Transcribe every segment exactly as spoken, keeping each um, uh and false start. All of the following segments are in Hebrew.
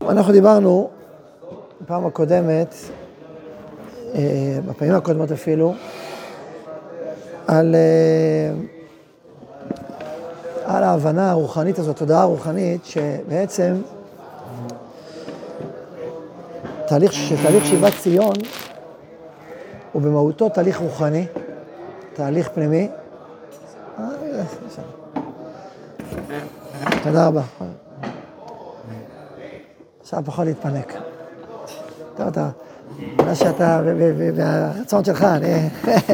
טוב, אנחנו דיברנו בפעם הקודמת, בפעמים הקודמות אפילו, על, על ההבנה הרוחנית הזאת, תודעה הרוחנית, שבעצם תהליך, שתהליך שיבת ציון הוא במהותו תהליך רוחני, תהליך פנימי. תודה רבה. עכשיו פחות להתפנק. טוב, אתה, מה שאתה, והרצון שלך, אני...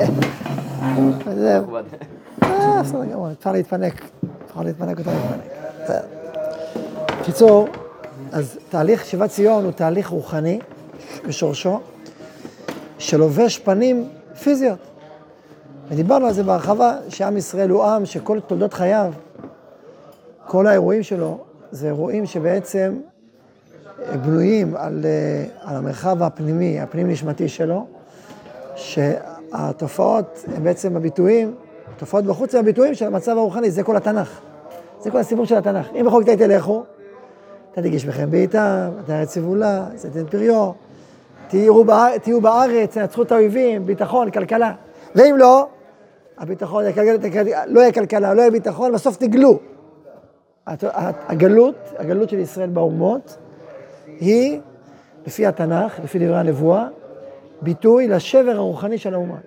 זהו. אה, בסדר גמור, אפשר להתפנק. פחות להתפנק אותה להתפנק. בקיצור, אז תהליך שיבת ציון הוא תהליך רוחני בשורשו, שלובש פנים פיזיות. ודיברנו על זה בהרחבה, שעם ישראל הוא עם שכל תולדות חייו, כל האירועים שלו, זה אירועים שבעצם בנויים על, על המרחב הפנימי, הפנים נשמתי שלו, שהתופעות הם בעצם הביטויים, תופעות בחוץ הם הביטויים של המצב הרוחני, זה כל התנ"ך. זה כל הסיפור של התנ"ך. אם בחוק תהי תלכו, תגיש בכם בעיטה, תארץ סבולה, תתן פריו, תהיו, באר, תהיו בארץ, תנצחו את האויבים, ביטחון, כלכלה. ואם לא, הביטחון, לא יהיה כלכלה, לא יהיה ביטחון, בסוף תגלו. הגלות, הגלות של ישראל באומות, היא, לפי התנ"ך, לפי דברי הנבואה, ביטוי לשבר הרוחני של האומה.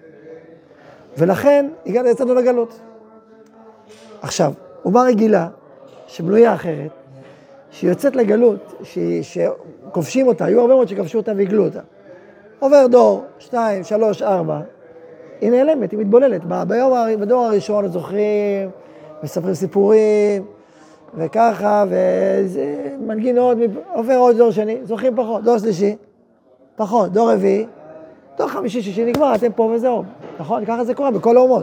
ולכן, הגענו יצאנו לגלות. עכשיו, אומה רגילה, שבנויה אחרת, שהיא יוצאת לגלות, שכובשים אותה, היו הרבה מאוד שכבשו אותה והגלו אותה. עובר דור, שתיים, שלוש, ארבע, היא נעלמת, היא מתבוללת. ביום, בדור הראשון, זוכרים, מספרים סיפורים, וככה, ומנגינות, עובר עוד דור שני, זוכרים פחות, דור שלישי, פחות, דור רביעי, דור חמישי, שישי נגמר, אתם פה וזהו, נכון? ככה זה קורה בכל האומות.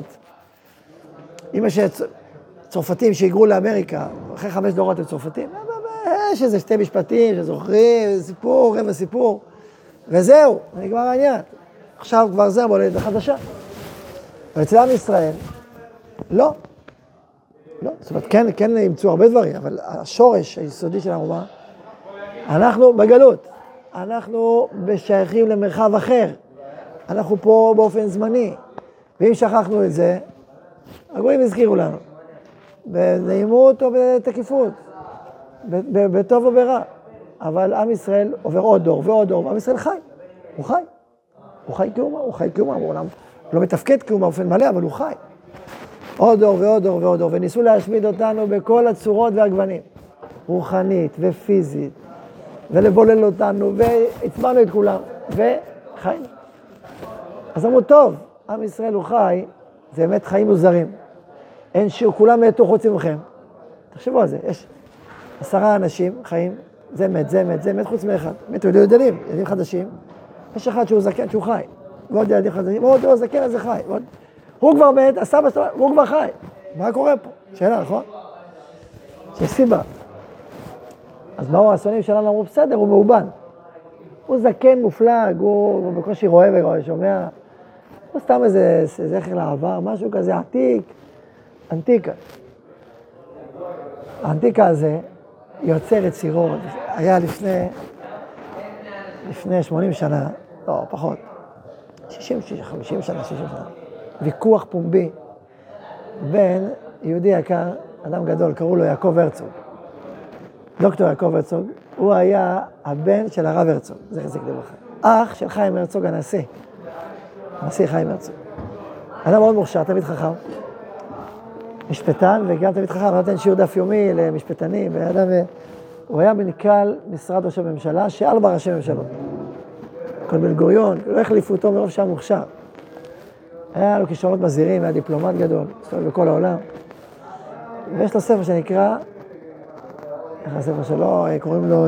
אם יש צרפתים שהיגרו לאמריקה, אחרי חמש דורות הם צרפתים, יש איזה שתי משפטים שזוכרים, סיפור, רבע סיפור, וזהו, נגמר העניין. עכשיו כבר זה מולדת החדשה. ואצל עם ישראל, לא. לא, זאת אומרת, כן, כן ימצאו הרבה דברים, אבל השורש היסודי של האומה, אנחנו בגלות, אנחנו בשייכים למרחב אחר, אנחנו פה באופן זמני, ואם שכחנו את זה, הגויים הזכירו לנו, בנעימות או בתקיפות, בטוב או ברע, אבל עם ישראל עובר עוד דור ועוד דור, עם ישראל חי, הוא חי, הוא חי כאומה, הוא חי כאומה, הוא לא מתפקד כאומה באופן מלא, אבל הוא חי. עוד דור ועוד דור ועוד דור, וניסו להשמיד אותנו בכל הצורות והגוונים, רוחנית ופיזית, ולבולל אותנו, והצבענו את כולם, וחיינו. אז אמרו, טוב, עם ישראל הוא חי, זה באמת חיים מוזרים. אין שיר, כולם מתו חוץ ממכם. תחשבו על זה, יש עשרה אנשים חיים, זה מת, זה מת, זה מת חוץ מאחד. מתו ילדים, ילדים חדשים, יש אחד שהוא זקן, שהוא חי, ועוד ילדים חדשים, ועוד הוא זקן, אז זה חי, ועוד... הוא כבר מת, הסבא שלו, הוא כבר חי. מה קורה פה? שאלה, נכון? שיש סיבה. אז באו האסונים שלנו אמרו, בסדר, הוא מאובן. הוא זקן מופלג, הוא בקושי רואה ורואה, שומע. הוא סתם איזה זכר לעבר, משהו כזה עתיק, אנטיקה. האנטיקה הזה יוצר יצירות, היה לפני, לפני שמונים שנה, לא, פחות, שישים, חמישים שנה, שישים שנה. ויכוח פומבי בין יהודי יקר, אדם גדול, קראו לו יעקב הרצוג. דוקטור יעקב הרצוג, הוא היה הבן של הרב הרצוג, זה חזק לברכה. אח של חיים הרצוג, הנשיא. הנשיא חיים הרצוג. אדם מאוד מוכשר, תמיד חכם. משפטן וגם תמיד חכם, נותן שיעור דף יומי למשפטנים. ואדם, הוא היה מנכ"ל משרד ראש הממשלה, שארבע ראשי ממשלות. כל בן גוריון, לא החליפו אותו מרוב שהיה מוכשר. היה לו כישרונות מזהירים, היה דיפלומט גדול, מסתובב בכל העולם. ויש לו ספר שנקרא, איך הספר שלו, קוראים לו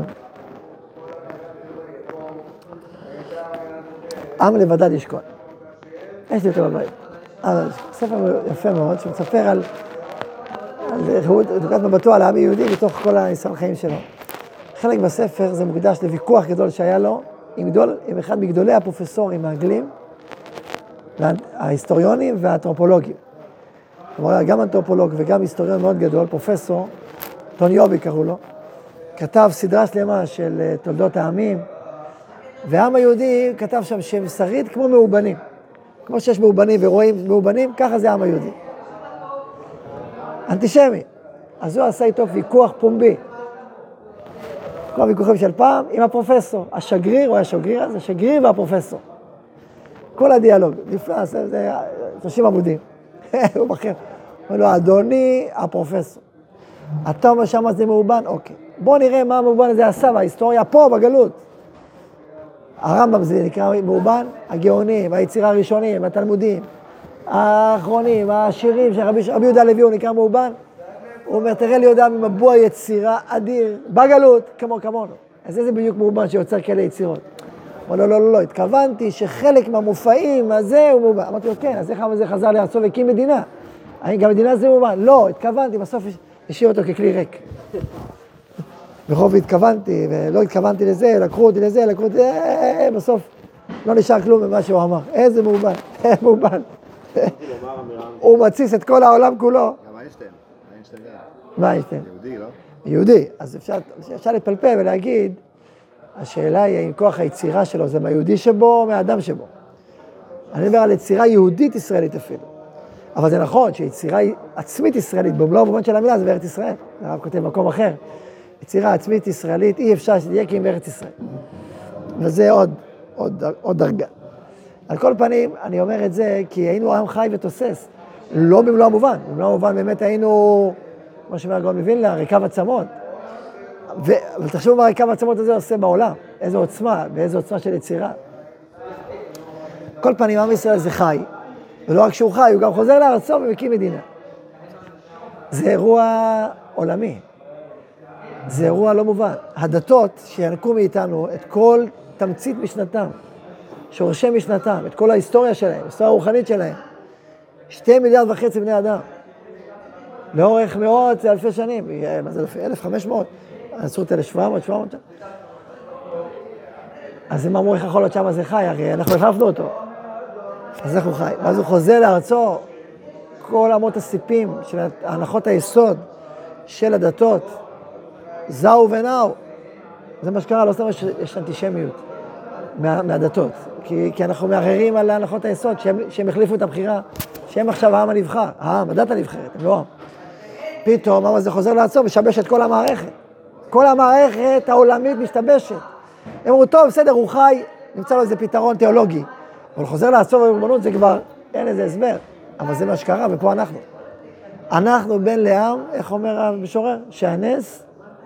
עם לבדד ישכון. יש לי אותו בבית. ספר יפה מאוד, שמספר על, על הוא דוקת מבטו על העם היהודי בתוך כל הניסיון חיים שלו. חלק בספר זה מוקדש לוויכוח גדול שהיה לו עם, גדול, עם אחד מגדולי הפרופסורים האנגלים, ההיסטוריונים והאנתרופולוגים. כלומר, גם אנתרופולוג וגם היסטוריון מאוד גדול, פרופסור, טוני יובי קראו לו, כתב סדרה שלמה של תולדות העמים, והעם היהודי כתב שם שהם שריד כמו מאובנים. כמו שיש מאובנים ורואים מאובנים, ככה זה העם היהודי. אנטישמי. אז הוא עשה איתו ויכוח פומבי. כל הוויכוחים של פעם עם הפרופסור. השגריר, הוא היה שגריר, אז השגריר והפרופסור. כל הדיאלוג. נפלא, זה, זה שלושים עמודים. הוא בכיר. הוא אומר לו, אדוני הפרופסור. אתה אומר שמה זה מאובן? אוקיי. בוא נראה מה המאובן הזה עשה, וההיסטוריה פה בגלות. הרמב"ם זה נקרא מאובן, הגאונים, היצירה הראשונים, התלמודים, האחרונים, השירים של רבי, רבי יהודה הלוי הוא נקרא מאובן. הוא אומר, תראה לי יודע ממבוע יצירה אדיר, בגלות, כמו כמונו. אז איזה בדיוק מאובן שיוצר כאלה יצירות? הוא אומר, לא, לא, לא, לא, התכוונתי שחלק מהמופעים הזה הוא מאובן. אמרתי לו, כן, אז איך זה חזר לארצו והקים מדינה? גם מדינה זה מאובן. לא, התכוונתי, בסוף השאיר אותו ככלי ריק. ברוב התכוונתי, ולא התכוונתי לזה, לקחו אותי לזה, לקחו אותי לזה, בסוף לא נשאר כלום ממה שהוא אמר. איזה מאובן, איזה מאובן. הוא מציס את כל העולם כולו. גם איינשטיין, איינשטיין גם. מה איינשטיין? יהודי, לא? יהודי. אז אפשר, אפשר לפלפל ולהגיד, השאלה היא אם כוח היצירה שלו זה מהיהודי שבו או מהאדם שבו. אני מדבר על יצירה יהודית ישראלית אפילו. אבל זה נכון שיצירה עצמית ישראלית, במלוא המובן של המילה, זה בארץ ישראל. הרב כותב במקום אחר. יצירה עצמית ישראלית, אי אפשר שתהיה כי עם ארץ ישראל. וזה עוד, עוד, עוד דרגה. על כל פנים, אני אומר את זה כי היינו עם חי ותוסס. לא במלוא המובן. במלוא המובן באמת היינו, כמו שאומר הגאון מווילנה, ריקב עצמות. ו... אבל תחשבו מה ריקב עצמות הזה עושה בעולם. איזו עוצמה, ואיזו עוצמה של יצירה. כל פנים, עם ישראל זה חי. ולא רק שהוא חי, הוא גם חוזר לארצו ומקים מדינה. זה אירוע עולמי. זה אירוע לא מובן. הדתות שינקו מאיתנו את כל תמצית משנתם, שורשי משנתם, את כל ההיסטוריה שלהם, ההיסטוריה הרוחנית שלהם. שתי מיליארד וחצי בני אדם. לאורך מאות אלפי שנים. מה זה אלף? אלף וחמש מאות. עשו את אלף שבע מאות, שבע מאות. אז אם אמרו איך יכול להיות שמה זה חי, הרי אנחנו החלפנו אותו. אז איך הוא חי? ואז הוא חוזר לארצו, כל אמות הסיפים של הנחות היסוד של הדתות, זהו ונאו. זה מה שקרה, לא סתם יש, יש אנטישמיות מה, מהדתות. כי, כי אנחנו מערערים על הנחות היסוד שהם, שהם החליפו את הבחירה, שהם עכשיו העם הנבחר, העם, הדת הנבחרת, הם לא עם. פתאום העם הזה חוזר לעצור ומשבש את כל המערכת. כל המערכת העולמית משתבשת. הם אמרו, טוב, בסדר, הוא חי, נמצא לו איזה פתרון תיאולוגי. אבל חוזר לעצור בריבונות זה כבר, אין איזה הסבר. אבל זה מה שקרה, ופה אנחנו. אנחנו בן לעם, איך אומר המשורר? שהנס,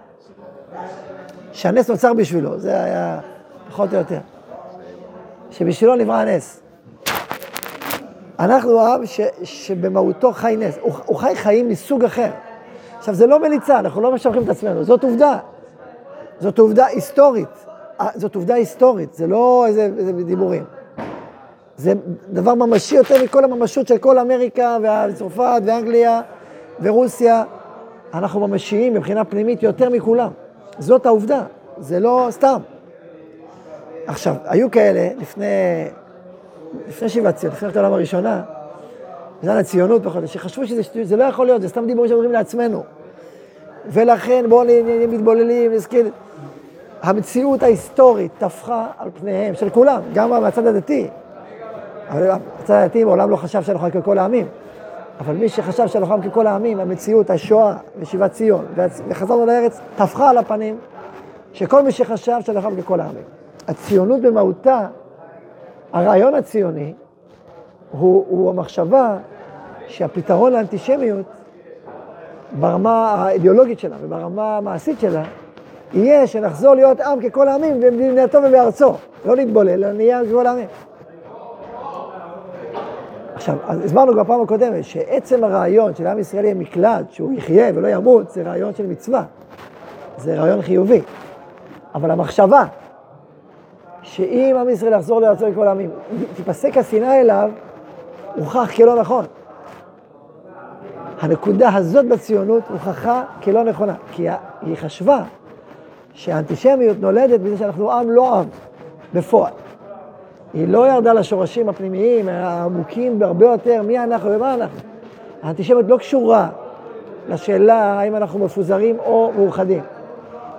שהנס נוצר בשבילו, זה היה פחות או יותר. שבשבילו נברא הנס. אנחנו עם ש, שבמהותו חי נס, הוא, הוא חי חיים מסוג אחר. עכשיו, זה לא מליצה, אנחנו לא משבחים את עצמנו, זאת עובדה. זאת עובדה היסטורית. זאת עובדה היסטורית, זה לא איזה, איזה דיבורים. זה דבר ממשי יותר מכל הממשות של כל אמריקה וצרפת ואנגליה ורוסיה. אנחנו ממשיים מבחינה פנימית יותר מכולם. זאת העובדה, זה לא סתם. עכשיו, היו כאלה לפני, לפני שיבת ציון, לפני העולם הראשונה, בזמן הציונות פחות, שחשבו שזה זה לא יכול להיות, זה סתם דיבורים שאומרים לעצמנו. ולכן בואו נהיה מתבוללים, נזכיר. המציאות ההיסטורית תפחה על פניהם של כולם, גם מהצד הדתי. אבל הצד הדתי בעולם לא חשב שאנחנו עם ככל העמים. אבל מי שחשב שאנחנו עם ככל העמים, המציאות, השואה ושיבת ציון, וחזרנו לארץ, תפחה על הפנים, שכל מי שחשב שאנחנו עם ככל העמים. הציונות במהותה, הרעיון הציוני, הוא, הוא המחשבה שהפתרון לאנטישמיות, ברמה האידיאולוגית שלה וברמה המעשית שלה, יהיה שנחזור להיות עם ככל העמים במדינתו ובארצו, לא להתבולל, אלא נהיה ככל העמים. עכשיו, אז הסברנו גם בפעם הקודמת, שעצם הרעיון של עם ישראל יהיה מקלט, שהוא יחיה ולא ימות, זה רעיון של מצווה. זה רעיון חיובי. אבל המחשבה, שאם עם ישראל יחזור לארצו ככל העמים, תיפסק השנאה אליו, הוכח כלא נכון. הנקודה הזאת בציונות הוכחה כלא נכונה, כי היא חשבה שהאנטישמיות נולדת בזה שאנחנו עם לא עם, בפועל. היא לא ירדה לשורשים הפנימיים, העמוקים בהרבה יותר, מי אנחנו ומה אנחנו. האנטישמיות לא קשורה לשאלה האם אנחנו מפוזרים או מאוחדים.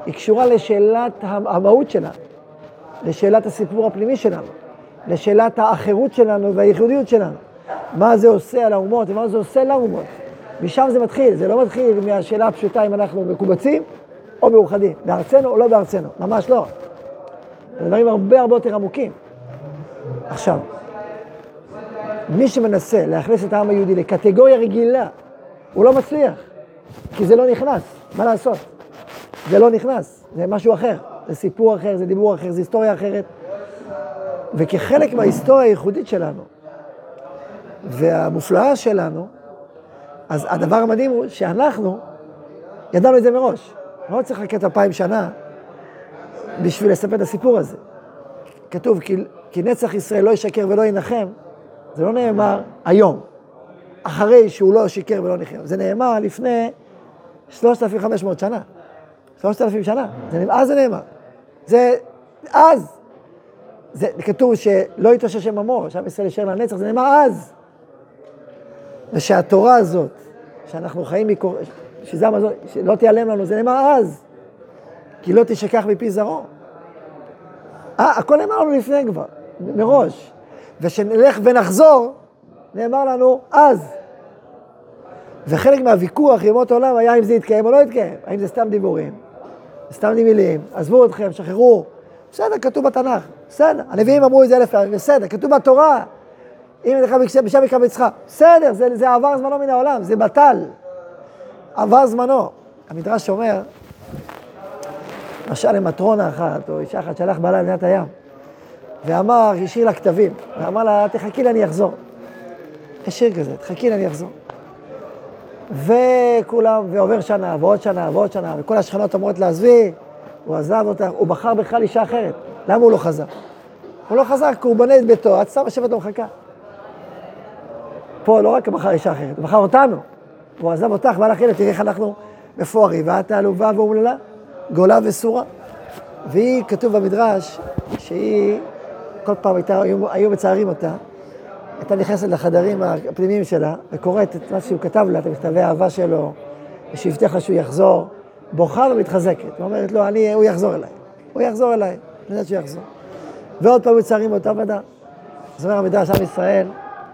היא קשורה לשאלת המהות שלנו, לשאלת הסיפור הפנימי שלנו, לשאלת האחרות שלנו והייחודיות שלנו. מה זה עושה על האומות ומה זה עושה לאומות. משם זה מתחיל, זה לא מתחיל מהשאלה הפשוטה אם אנחנו מקובצים או מאוחדים, בארצנו או לא בארצנו, ממש לא. זה דברים הרבה הרבה יותר עמוקים. עכשיו, מי שמנסה להכניס את העם היהודי לקטגוריה רגילה, הוא לא מצליח, כי זה לא נכנס, מה לעשות? זה לא נכנס, זה משהו אחר, זה סיפור אחר, זה דיבור אחר, זה היסטוריה אחרת. וכחלק מההיסטוריה הייחודית שלנו, והמופלאה שלנו, אז הדבר המדהים הוא שאנחנו ידענו את זה מראש. לא צריך לקחת אלפיים שנה בשביל לספר את הסיפור הזה. כתוב, כי, כי נצח ישראל לא ישקר ולא ינחם, זה לא נאמר היום, אחרי שהוא לא שיקר ולא נחם. זה נאמר לפני שלושת אלפים וחמש מאות שנה. שלושת אלפים שנה. זה, אז זה נאמר. זה, אז. זה כתוב שלא יתאושש שם עמו, שעם ישראל יישאר לנצח, זה נאמר אז. ושהתורה הזאת, שאנחנו חיים מקור... שזה המזון, שלא תיעלם לנו, זה נאמר אז. כי לא תשכח מפי זרעו. אה, הכל נאמר לנו לפני כבר, מראש. ושנלך ונחזור, נאמר לנו אז. וחלק מהוויכוח ימות העולם היה אם זה יתקיים או לא יתקיים. האם זה סתם דיבורים, סתם מילים, עזבו אתכם, שחררו. בסדר, כתוב בתנ"ך, בסדר. הנביאים אמרו את זה אלף פעמים, בסדר, כתוב בתורה. אם נלך בשם יקרא בצחה, בסדר, זה, זה עבר זמנו מן העולם, זה בטל. עבר זמנו. המדרש אומר, משל למטרונה אחת, או אישה אחת שהלך בעלה לבנת הים, ואמר, השאיר לה כתבים, ואמר לה, תחכי לי אני אחזור. יש שיר כזה, תחכי לי אני אחזור. וכולם, ועובר שנה, ועוד שנה, ועוד שנה, וכל השכנות אומרות לעזבי, הוא עזב אותה, הוא בחר בכלל אישה אחרת. למה הוא לא חזר? הוא לא חזר, כי הוא בנה את ביתו, את סתם יושבת ומחכה. פה לא רק בחר אישה אחרת, הוא בחר אותנו. הוא עזב אותך, והלך אלה, תראי איך אנחנו מפוארים, ואת העלובה ואומללה, גולה וסורה. והיא, כתוב במדרש, שהיא, כל פעם הייתה, היו, היו מצערים אותה, הייתה נכנסת לחדרים הפנימיים שלה, וקוראת את מה שהוא כתב לה, את המכתבי האהבה שלו, ושהבטיח לה שהוא יחזור, בוכה ומתחזקת. היא אומרת לו, אני, הוא יחזור אליי. הוא יחזור אליי, אני יודעת שהוא יחזור. ועוד פעם מצערים אותה ודע. זאת אומרת, המדרש עם ישראל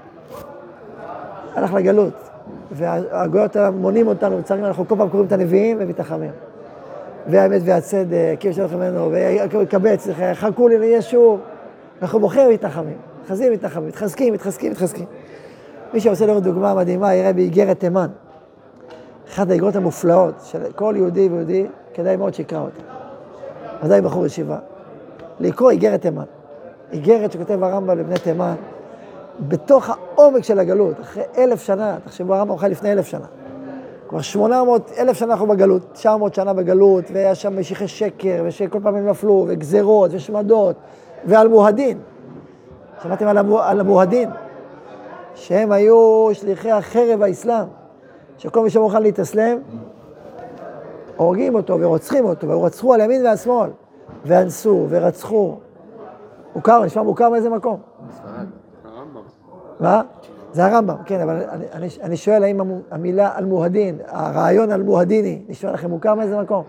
הלך לגלות, והגויות מונים אותנו, וצריכים, אנחנו כל פעם קוראים את הנביאים ומתחמים. והאמת והצדק, כי יש לכם ממנו, ויקבץ, חכו לי לישוב. אנחנו בוחרים ומתחמים, חזים ומתחמים, מתחזקים, מתחזקים, מתחזקים. מי שעושה לנו דוגמה מדהימה, יראה באיגרת תימן. אחת האיגרות המופלאות של כל יהודי ויהודי, כדאי מאוד שיקרא אותה. ודאי בחור ישיבה. לקרוא איגרת תימן. איגרת שכותב הרמב"ם לבני תימן, בתוך העומק של הגלות, אחרי אלף שנה, תחשבו, הרמב"ם חי לפני אלף שנה. כבר שמונה מאות, אלף שנה אנחנו בגלות, תשע מאות שנה בגלות, והיה שם משיחי שקר, ושכל פעם הם נפלו, וגזרות, ושמדות, ועל מוהדין. שמעתם על, המו, על המוהדין? שהם היו שליחי החרב האסלאם, שכל מי שמוכן להתאסלם, הורגים אותו ורוצחים אותו, ורצחו על ימין ועל שמאל, ואנסו ורצחו. מוכר, נשמע מוכר מאיזה מקום? הרמב"ם. מה? זה הרמב"ם, כן, אבל אני, אני, אני שואל האם המילה על מוהדין, הרעיון על מוהדיני, נשמע לכם מוכר מאיזה מקום?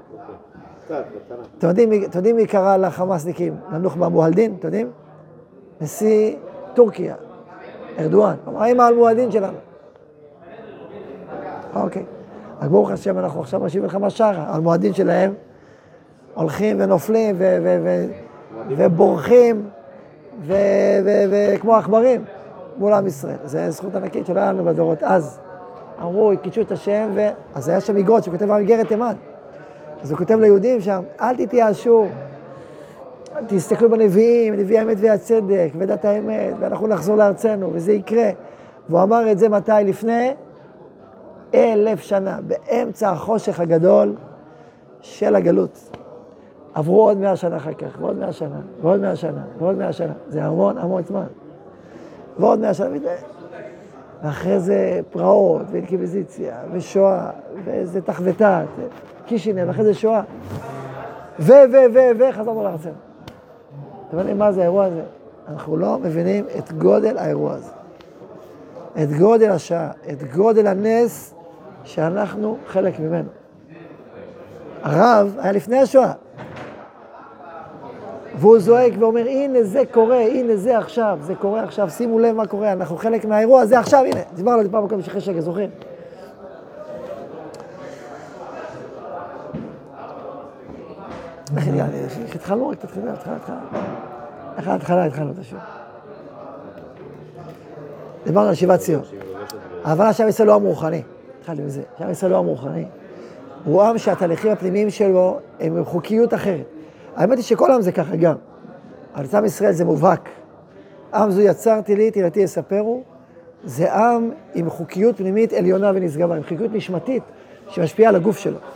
אתם יודעים, אתם יודעים מי קרא לחמאסניקים, לנוח'בה מוהלדין, אתם יודעים? נשיא טורקיה, ארדואן, אמר, האם על מוהדין שלנו? אוקיי, אז ברוך השם, אנחנו עכשיו משיבים לך משרה, על מוהדין שלהם, הולכים ונופלים ו- ו- ו- ובורחים וכמו עכברים מול עם ישראל. זה זכות ענקית שלא היה לנו בדורות אז. אמרו, קידשו את השם, ו... אז היה שם איגרות שכותב באיגרת תימן. אז הוא כותב ליהודים שם, אל תתייאשו, תסתכלו בנביאים, נביאי האמת והצדק, ודת האמת, ואנחנו נחזור לארצנו, וזה יקרה. והוא אמר את זה מתי? לפני אלף שנה, באמצע החושך הגדול של הגלות. עברו עוד מאה שנה אחר כך, ועוד מאה שנה, ועוד מאה שנה, ועוד מאה שנה. זה המון, המון זמן. ועוד מאה שנה, ואחרי זה פרעות, ואינקוויזיציה, ושואה, ואיזה תחבטת, קישינב, ואחרי זה שואה. ו, ו, ו, ו, חזרנו לארצנו. אתם יודעים מה זה האירוע הזה? אנחנו לא מבינים את גודל האירוע הזה. את גודל השעה, את גודל הנס שאנחנו חלק ממנו. הרב היה לפני השואה. והוא זועק ואומר, הנה זה קורה, הנה זה עכשיו, זה קורה עכשיו, שימו לב מה קורה, אנחנו חלק מהאירוע הזה עכשיו, הנה, דיברנו על זה פעם מקום שחי שקל, זוכרים? איך נראה לי, התחלנו רק, תתחילה, התחלה, התחלה. איך התחלה, התחלנו את השם. דיברנו על שיבת ציון. ההבנה שעם ישראל לא עם רוחני. התחלתי מזה, שעם ישראל לא עם רוחני. הוא עם שהתהליכים הפנימיים שלו הם עם חוקיות אחרת. האמת היא שכל עם זה ככה גם. אבל עם ישראל זה מובהק. עם זו יצרתי לי, תהילתי יספרו. זה עם עם חוקיות פנימית עליונה ונשגבה, עם חוקיות נשמתית שמשפיעה על הגוף שלו.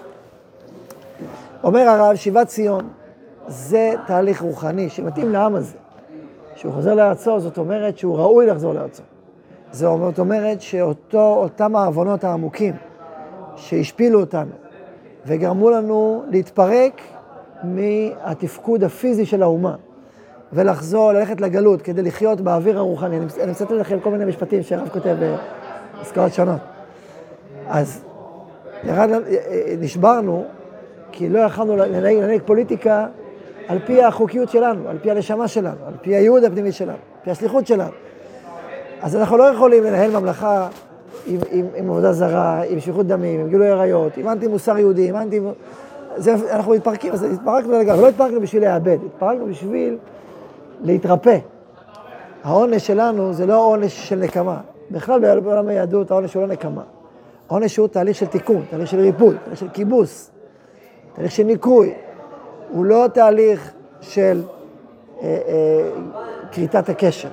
אומר הרב, שיבת ציון זה תהליך רוחני שמתאים לעם הזה. שהוא חוזר לארצו, זאת אומרת שהוא ראוי לחזור לארצו. זאת אומרת שאותם העוונות העמוקים שהשפילו אותנו וגרמו לנו להתפרק מהתפקוד הפיזי של האומה ולחזור, ללכת לגלות כדי לחיות באוויר הרוחני. אני מצטט לכם כל מיני משפטים שהרב כותב בעסקאות שונות. אז ירד, נשברנו כי לא יכולנו לנהג, לנהג פוליטיקה על פי החוקיות שלנו, על פי הנשמה שלנו, על פי הייעוד הפנימי שלנו, על פי השליחות שלנו. אז אנחנו לא יכולים לנהל ממלכה עם, עם, עם עבודה זרה, עם שפיכות דמים, עם גילוי עריות, עם אנטי מוסר יהודי, עם אנטי... זה, אנחנו מתפרקים, אז התפרקנו לגמרי, לא התפרקנו בשביל לאבד, התפרקנו בשביל להתרפא. העונש שלנו זה לא עונש של נקמה. בכלל בעולם היהדות העונש הוא לא נקמה. העונש הוא תהליך של תיקון, תהליך של ריפוי, תהליך של כיבוס, תהליך של ניקוי. הוא לא תהליך של אה, אה, קריטת הקשר.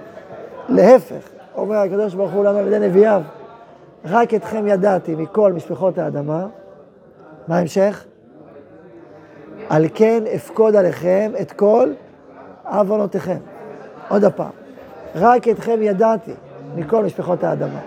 להפך, אומר הקדוש ברוך הוא לנו על ידי נביאיו, רק אתכם ידעתי מכל משפחות האדמה. מה ההמשך? על כן אפקוד עליכם את כל עוונותיכם. עוד הפעם, רק אתכם ידעתי מכל משפחות האדמה.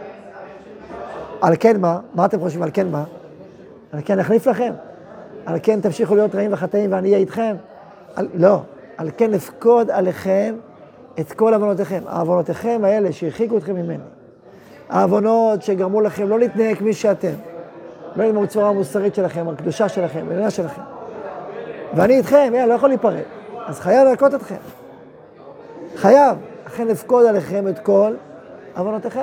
על כן מה? מה אתם חושבים על כן מה? על כן נחליף לכם? על כן תמשיכו להיות רעים וחטאים ואני אהיה איתכם? על, לא, על כן אפקוד עליכם את כל עוונותיכם. העוונותיכם האלה שהרחיקו אתכם ממני. העוונות שגרמו לכם לא להתנהג כמי שאתם. לא עם הצורה המוסרית שלכם, הקדושה שלכם, העליונה שלכם. ואני איתכם, לא יכול להיפרד. אז חייב לרקות אתכם. חייב. לכן אפקוד עליכם את כל עוונותיכם.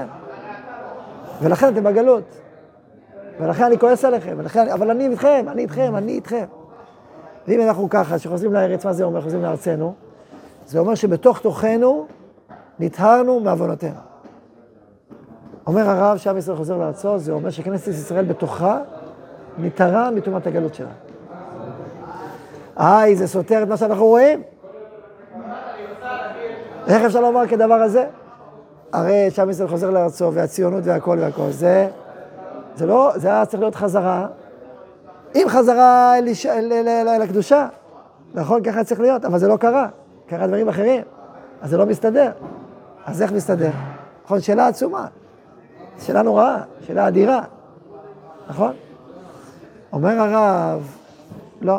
ולכן אתם בגלות. ולכן אני כועס עליכם. ולכן, אבל אני איתכם, אני איתכם, אני איתכם. ואם אנחנו ככה, שחוזרים לארץ, מה זה אומר? חוזרים לארצנו. זה אומר שבתוך תוכנו נטהרנו מעוונותינו. אומר הרב שעם ישראל חוזר לארצו, זה אומר שכנסת ישראל בתוכה נטהרה מטומאת הגלות שלה. איי, זה סותר את מה שאנחנו רואים. איך אפשר לומר כדבר הזה? הרי שעם ישראל חוזר לארצו והציונות והכל והכל, זה, זה לא, זה היה צריך להיות חזרה, עם חזרה לקדושה, נכון? ככה צריך להיות, אבל זה לא קרה. קרה דברים אחרים, אז זה לא מסתדר. אז איך מסתדר? נכון, שאלה עצומה. שאלה נוראה, שאלה אדירה, נכון? אומר הרב, לא.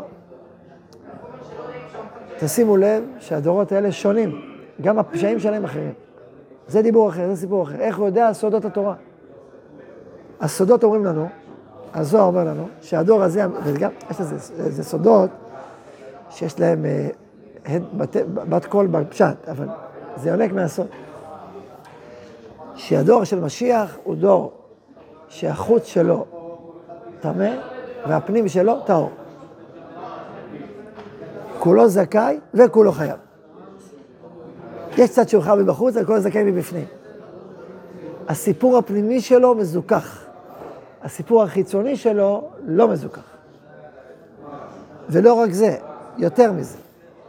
תשימו לב שהדורות האלה שונים, גם הפשעים שלהם אחרים. זה דיבור אחר, זה סיפור אחר. איך הוא יודע סודות התורה? הסודות אומרים לנו, הזוהר אומר לנו, שהדור הזה, וגם יש לזה, זה סודות שיש להם בת, בת קול בפשט, אבל זה יונק מהסוד. שהדור של משיח הוא דור שהחוץ שלו טמא והפנים שלו טהור. כולו זכאי וכולו חייב. יש קצת שהוא חייב מבחוץ, אבל כולו זכאי מבפנים. הסיפור הפנימי שלו מזוכח. הסיפור החיצוני שלו לא מזוכח. ולא רק זה, יותר מזה.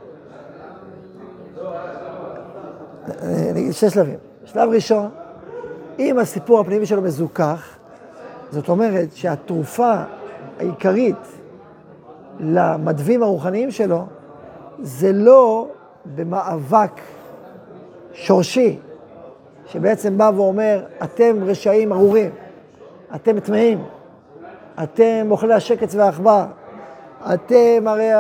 אני אגיד שני שלבים. שלב ראשון, אם הסיפור הפנימי שלו מזוכח, זאת אומרת שהתרופה העיקרית למדווים הרוחניים שלו, זה לא במאבק שורשי, שבעצם בא ואומר, אתם רשעים ארורים, אתם טמאים, אתם אוכלי השקץ והעכבר, אתם הרי...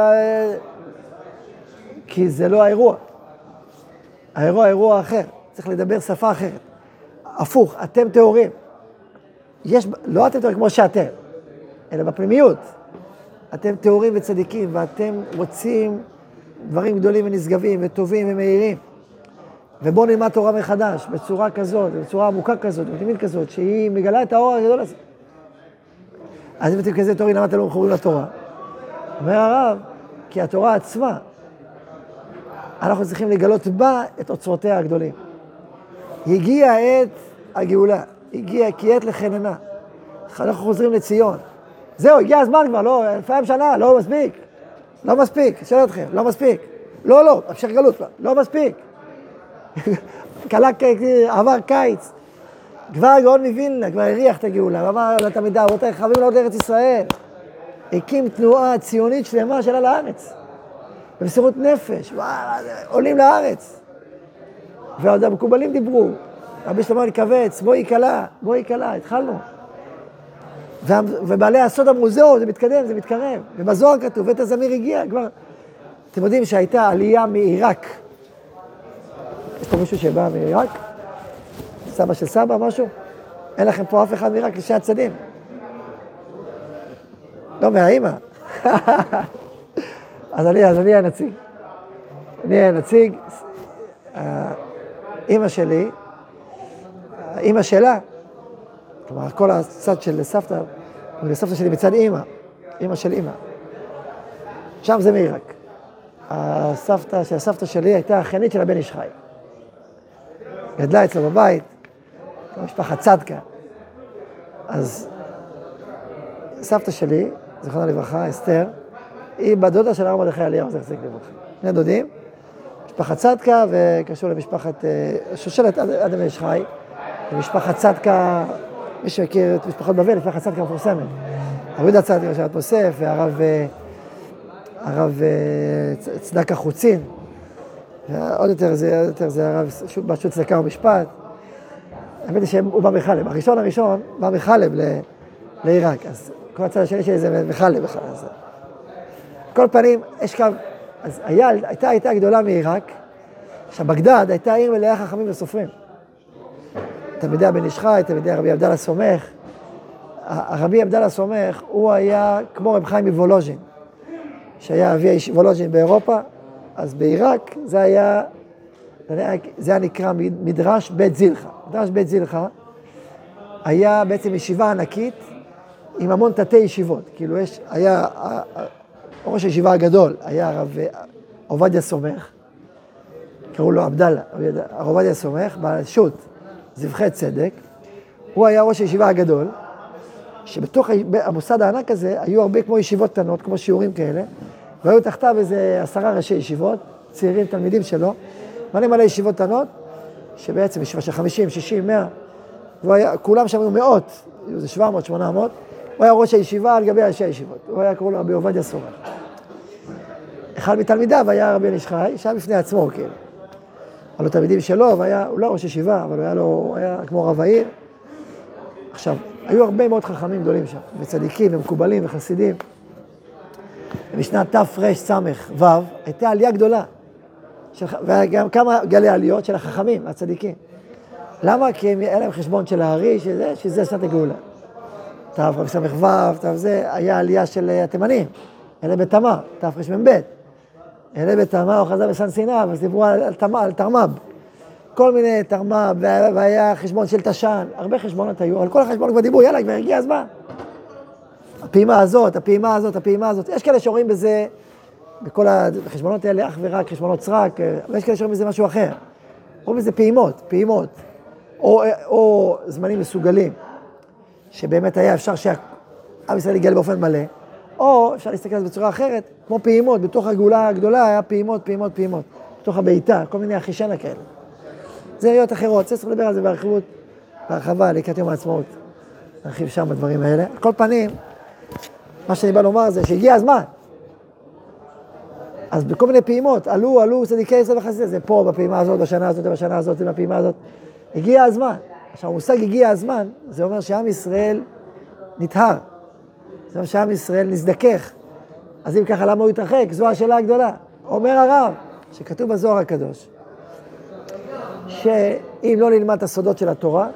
כי זה לא האירוע. האירוע אירוע אחר, צריך לדבר שפה אחרת. הפוך, אתם טהורים. יש, לא אתם טהורים כמו שאתם, אלא בפנימיות. אתם טהורים וצדיקים, ואתם רוצים דברים גדולים ונשגבים וטובים ומהירים. ובואו נלמד תורה מחדש, בצורה כזאת, בצורה עמוקה כזאת, בפנימית כזאת, שהיא מגלה את האור הגדול הזה. אז אם אתם כזה תורים, למה אתם לא מכורים לתורה? אומר הרב, כי התורה עצמה, אנחנו צריכים לגלות בה את אוצרותיה הגדולים. הגיעה עת הגאולה, הגיעה כי עת לחננה. אנחנו חוזרים לציון. זהו, הגיע הזמן כבר, לא, אלפיים שנה, לא מספיק. לא מספיק, שאלה אתכם, לא מספיק. לא, לא, אפשר גלות כבר, לא מספיק. קלה, עבר קיץ. כבר הגאון מווילנה, כבר הריח את הגאולה, ואמר לתלמידיו, רבותיי, חייבים לעלות לארץ ישראל. הקים תנועה ציונית שלמה שלה לארץ. במסירות נפש, עולים לארץ. ועוד המקובלים דיברו, רבי שלמה אלקבץ, בואי קלה, בואי קלה, התחלנו. ובעלי הסוד אמרו, זהו, זה מתקדם, זה מתקרב. ובזוהר כתוב, בית הזמיר הגיע כבר. אתם יודעים שהייתה עלייה מעיראק. יש פה מישהו שבא מעיראק? סבא של סבא, משהו? אין לכם פה אף אחד מעיראק לשני הצדים. לא, מהאימא. אז אני, אז אני הנציג. אני הנציג. האימא שלי, האימא שלה, כלומר, כל הצד של סבתא, סבתא שלי מצד אימא, אימא של אימא. שם זה מעיראק. הסבתא של הסבתא שלי הייתה האחיינית של הבן איש חי. גדלה אצלו בבית, משפחת צדקה. אז סבתא שלי, זכרונה לברכה, אסתר, היא בת דודה של הרב מרדכי אליהו, זכר צדיק לברכה. שני דודים, משפחת צדקה וקשור למשפחת, שושלת עד הבן איש חי, ומשפחת צדקה, מי שמכיר את משפחות בבל, משפחת צדקה מפורסמת. הרב יהודה צדקה, שרת מוסף, והרב הרב צדקה חוצין. עוד יותר זה, יותר זה הרב בשו"ת צדקה ומשפט. האמת היא שהוא בא מחלב. הראשון הראשון בא מחלב לעיראק, אז כל הצד השני שלי זה מחלב בכלל. כל פנים, יש קו, אז היה, הייתה, הייתה גדולה מעיראק, שבגדד הייתה עיר מלאה חכמים וסופרים. תלמידי הבן איש חי, תלמידי הרבי עבדאללה סומך. הרבי עבדאללה סומך, הוא היה כמו רב חיים מוולוז'ין, שהיה אבי וולוז'ין באירופה, אז בעיראק זה היה, זה היה נקרא מדרש בית זילחה. מדרש בית זילחה היה בעצם ישיבה ענקית עם המון תתי ישיבות. כאילו יש, היה, ראש הישיבה הגדול היה הרב עובדיה סומך, קראו לו עבדאללה, הרב עובדיה סומך, בשו"ת זבחי צדק. הוא היה ראש הישיבה הגדול, שבתוך המוסד הענק הזה היו הרבה כמו ישיבות קטנות, כמו שיעורים כאלה, והיו תחתיו איזה עשרה ראשי ישיבות, צעירים, תלמידים שלו, מלא מלא ישיבות קטנות, שבעצם ישיבה של חמישים, שישים, מאה, כולם שם היו מאות, זה שבע מאות, שמונה מאות, הוא היה ראש הישיבה על גבי ראשי הישיבות, הוא היה קראו לו רבי עובדיה סומך. אחד מתלמידיו היה רבי איש חי, שהיה בפני עצמו, כאילו. היו לו תלמידים שלו, והיה, הוא לא ראש ישיבה, אבל הוא היה, לו, הוא היה כמו רב העיר. עכשיו, היו הרבה מאוד חכמים גדולים שם, וצדיקים ומקובלים וחסידים. בשנת תרס"ו הייתה עלייה גדולה, של, וגם כמה גלי עליות של החכמים, הצדיקים. למה? כי הם, היה להם חשבון של הארי, שזה, שזה שנת הגאולה. תרס"ו, זה היה עלייה של התימנים, אלה בתמר, תרמ"ב. אלה בתמר, הוא חזר בסן סיני, אז דיברו על, על, על תרמ"ב. כל מיני תרמ"ב, והיה חשבון של תש"ן, הרבה חשבונות היו, על כל החשבונות כבר דיברו, יאללה, כבר הגיע הזמן. הפעימה הזאת, הפעימה הזאת, הפעימה הזאת. יש כאלה שרואים בזה, בכל החשבונות האלה, אך ורק חשבונות סרק, ויש כאלה שרואים בזה משהו אחר. רואים בזה פעימות, פעימות, או, או זמנים מסוגלים, שבאמת היה אפשר שעם ישראל יגאל באופן מלא, או אפשר להסתכל על זה בצורה אחרת, כמו פעימות, בתוך הגאולה הגדולה היה פעימות, פעימות, פעימות, בתוך הביתה, כל מיני אחישנה כאלה. זה ראיות אחרות, צריך לדבר על זה בהרחבות, בהרחבה, לקראת יום העצמאות. נרחיב שם בדברים האלה. על כל פנים, מה שאני בא לומר זה שהגיע הזמן. אז בכל מיני פעימות, עלו, עלו, צדיקי ישראל וחסידי, זה פה, בפעימה הזאת, בשנה הזאת, בשנה הזאת, בפעימה הזאת. הגיע הזמן. עכשיו, המושג הגיע הזמן, זה אומר שעם ישראל נטהר. זה אומר שעם ישראל נזדכך. אז אם ככה, למה הוא יתרחק? זו השאלה הגדולה. אומר הרב, שכתוב בזוהר הקדוש, שאם לא נלמד את הסודות של התורה,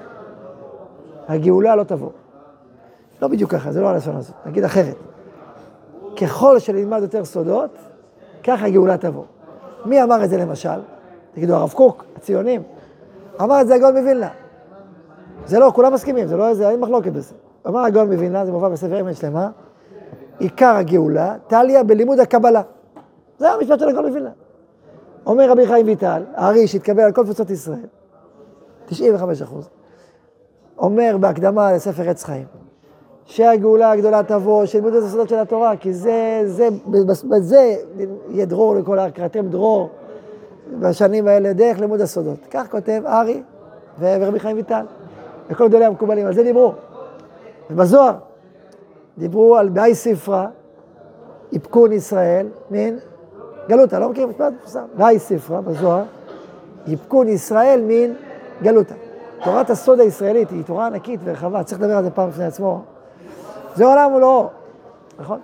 הגאולה לא תבוא. לא בדיוק ככה, זה לא הלשון הזאת, נגיד אחרת. ככל שנלמד יותר סודות, ככה הגאולה תבוא. מי אמר את זה למשל? תגידו, הרב קוק, הציונים. אמר את זה הגאון מווילנה. זה לא, כולם מסכימים, זה לא איזה, אין מחלוקת בזה. אמר הגאון מווילנה, זה מובא בספר אמת שלמה, עיקר הגאולה, תליה בלימוד הקבלה. זה המשפט של הגאון מווילנה. אומר רבי חיים ויטל, הארי שהתקבל על כל תפוצות ישראל, תשעים וחמישה אחוז, אומר בהקדמה לספר עץ חיים, שהגאולה הגדולה תבוא, שלימוד את הסודות של התורה, כי זה, זה, בזה יהיה דרור לכל הקראתם דרור בשנים האלה, דרך לימוד הסודות. כך כותב הארי ורבי חיים ויטל, וכל גדולי המקובלים, על זה דיברו. ובזוהר, דיברו על באי ספרה, יפקון ישראל, מן גלותה, לא מכיר משפט? באי ספרה, בזוהר, יפקון ישראל מן גלותה. תורת הסוד הישראלית היא תורה ענקית ורחבה, צריך לדבר על זה פעם לפני עצמו. זה עולם ולא, נכון?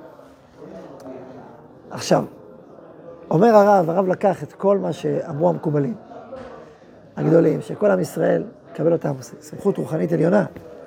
עכשיו, אומר הרב, הרב לקח את כל מה שאמרו המקובלים, הגדולים, שכל עם ישראל קבל אותם, סמכות רוחנית עליונה.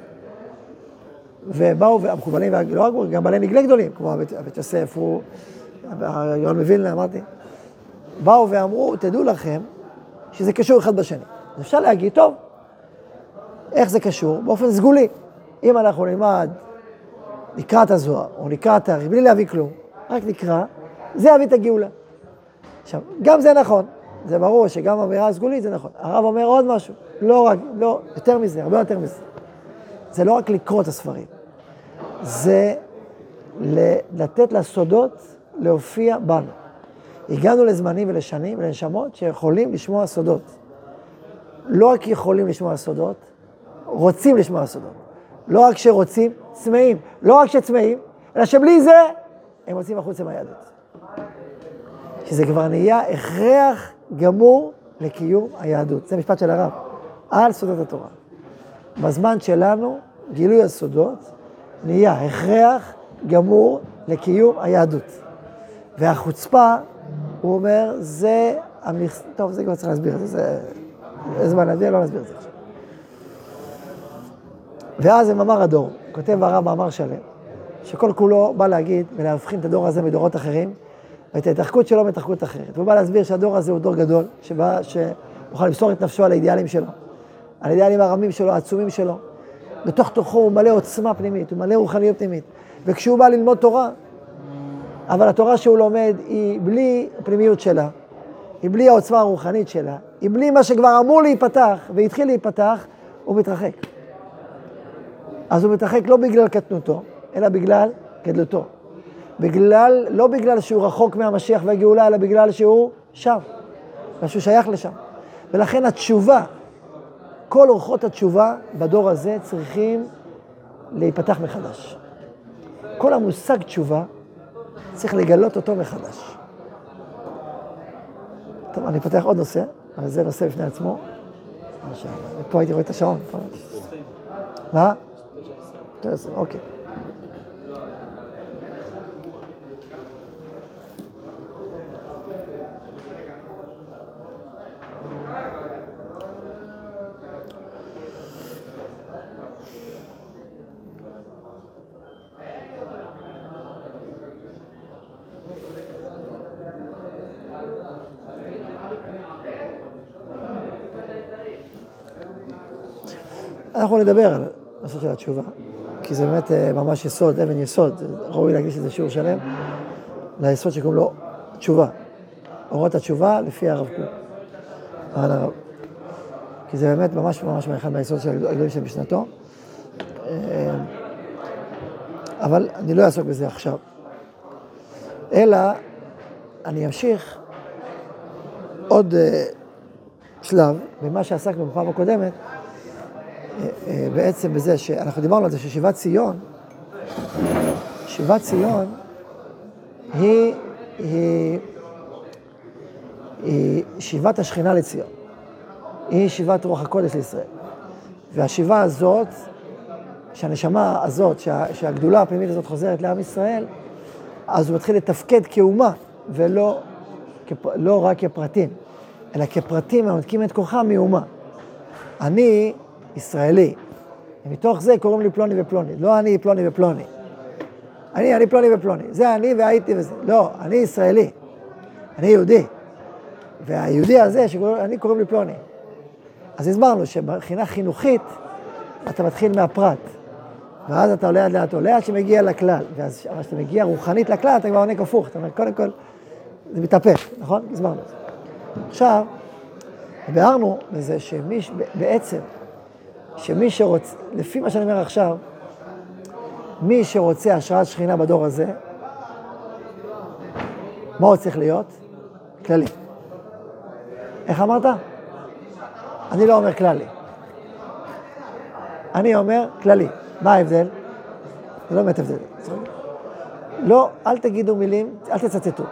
ובאו, והמקובלים, לא רק גם בעלי נגלה גדולים, כמו הבית יוסף, הוא, הגאון מווילנה, אמרתי, באו ואמרו, תדעו לכם שזה קשור אחד בשני. אז אפשר להגיד, טוב, איך זה קשור? באופן סגולי. אם אנחנו נלמד, נקרא את הזוהר, או נקרא את הארי, בלי להביא כלום, רק נקרא, זה יביא את הגאולה. עכשיו, גם זה נכון, זה ברור שגם האמירה הסגולית זה נכון. הרב אומר עוד משהו, לא רק, לא, יותר מזה, הרבה יותר מזה. זה לא רק לקרוא את הספרים, זה לתת לסודות להופיע בנו. הגענו לזמנים ולשנים ולנשמות שיכולים לשמוע סודות. לא רק יכולים לשמוע סודות, רוצים לשמוע סודות. לא רק שרוצים, צמאים. לא רק שצמאים, אלא שבלי זה, הם רוצים החוצה מהיהדות. שזה כבר נהיה הכרח גמור לקיום היהדות. זה משפט של הרב, על סודות התורה. בזמן שלנו, גילוי הסודות, נהיה הכרח גמור לקיום היהדות. והחוצפה, הוא אומר, זה המכס... טוב, זה כבר צריך להסביר את זה, זה... איזה זמן להסביר, לא להסביר את זה עכשיו. ואז זה מאמר הדור, כותב הרב מאמר שלם, שכל כולו בא להגיד ולהבחין את הדור הזה מדורות אחרים, ואת ההתרחקות שלו מהתרחקות אחרת. הוא בא להסביר שהדור הזה הוא דור גדול, שבא, שיוכל למסור את נפשו על האידיאלים שלו, על האידיאלים הרמים שלו, העצומים שלו. בתוך תוכו הוא מלא עוצמה פנימית, הוא מלא רוחניות פנימית. וכשהוא בא ללמוד תורה, אבל התורה שהוא לומד היא בלי הפנימיות שלה, היא בלי העוצמה הרוחנית שלה, היא בלי מה שכבר אמור להיפתח והתחיל להיפתח, הוא מתרחק. אז הוא מתרחק לא בגלל קטנותו, אלא בגלל גדלותו. בגלל, לא בגלל שהוא רחוק מהמשיח והגאולה, אלא בגלל שהוא שם, שהוא שייך לשם. ולכן התשובה, כל אורחות התשובה בדור הזה צריכים להיפתח מחדש. כל המושג תשובה צריך לגלות אותו מחדש. טוב, אני פותח עוד נושא, אבל זה נושא בפני עצמו. פה הייתי רואה את השעון. מה? אוקיי. אנחנו נדבר על נושא של התשובה, כי זה באמת ממש יסוד, אבן יסוד, ראוי להקדיש לזה שיעור שלם, ליסוד שקוראים לו תשובה. אורות התשובה לפי הרב קוק. הרב. כי זה באמת ממש ממש מאחד מהיסוד של הגדולים של משנתו. אבל אני לא אעסוק בזה עכשיו. אלא אני אמשיך עוד שלב במה שעסקנו בפעם הקודמת, בעצם בזה שאנחנו דיברנו על זה ששיבת ציון, שיבת ציון היא, היא, היא שיבת השכינה לציון. היא שיבת רוח הקודש לישראל. והשיבה הזאת, שהנשמה הזאת, שה, שהגדולה הפנימית הזאת חוזרת לעם ישראל, אז הוא מתחיל לתפקד כאומה, ולא לא רק כפרטים, אלא כפרטים המתקים את כוחם מאומה. אני ישראלי, ומתוך זה קוראים לי פלוני ופלוני, לא אני פלוני ופלוני. אני, אני פלוני ופלוני. זה אני והייתי וזה. לא, אני ישראלי. אני יהודי. והיהודי הזה, שאני קוראים לי פלוני. אז הסברנו שבחינה חינוכית, אתה מתחיל מהפרט. ואז אתה עולה עד לאט עולה עד שמגיע לכלל. ואז כשאתה מגיע רוחנית לכלל, אתה כבר עונק הפוך. אתה אומר, קודם כל, זה מתהפך, נכון? הסברנו את זה. עכשיו, הבארנו בזה שמי, בעצם, שמי שרוצה, לפי מה שאני אומר עכשיו, מי שרוצה השראת שכינה בדור הזה, מה הוא צריך להיות? כללי. איך אמרת? אני לא אומר כללי. אני אומר כללי. מה ההבדל? זה לא באמת הבדל. לא, אל תגידו מילים, אל תצטטו.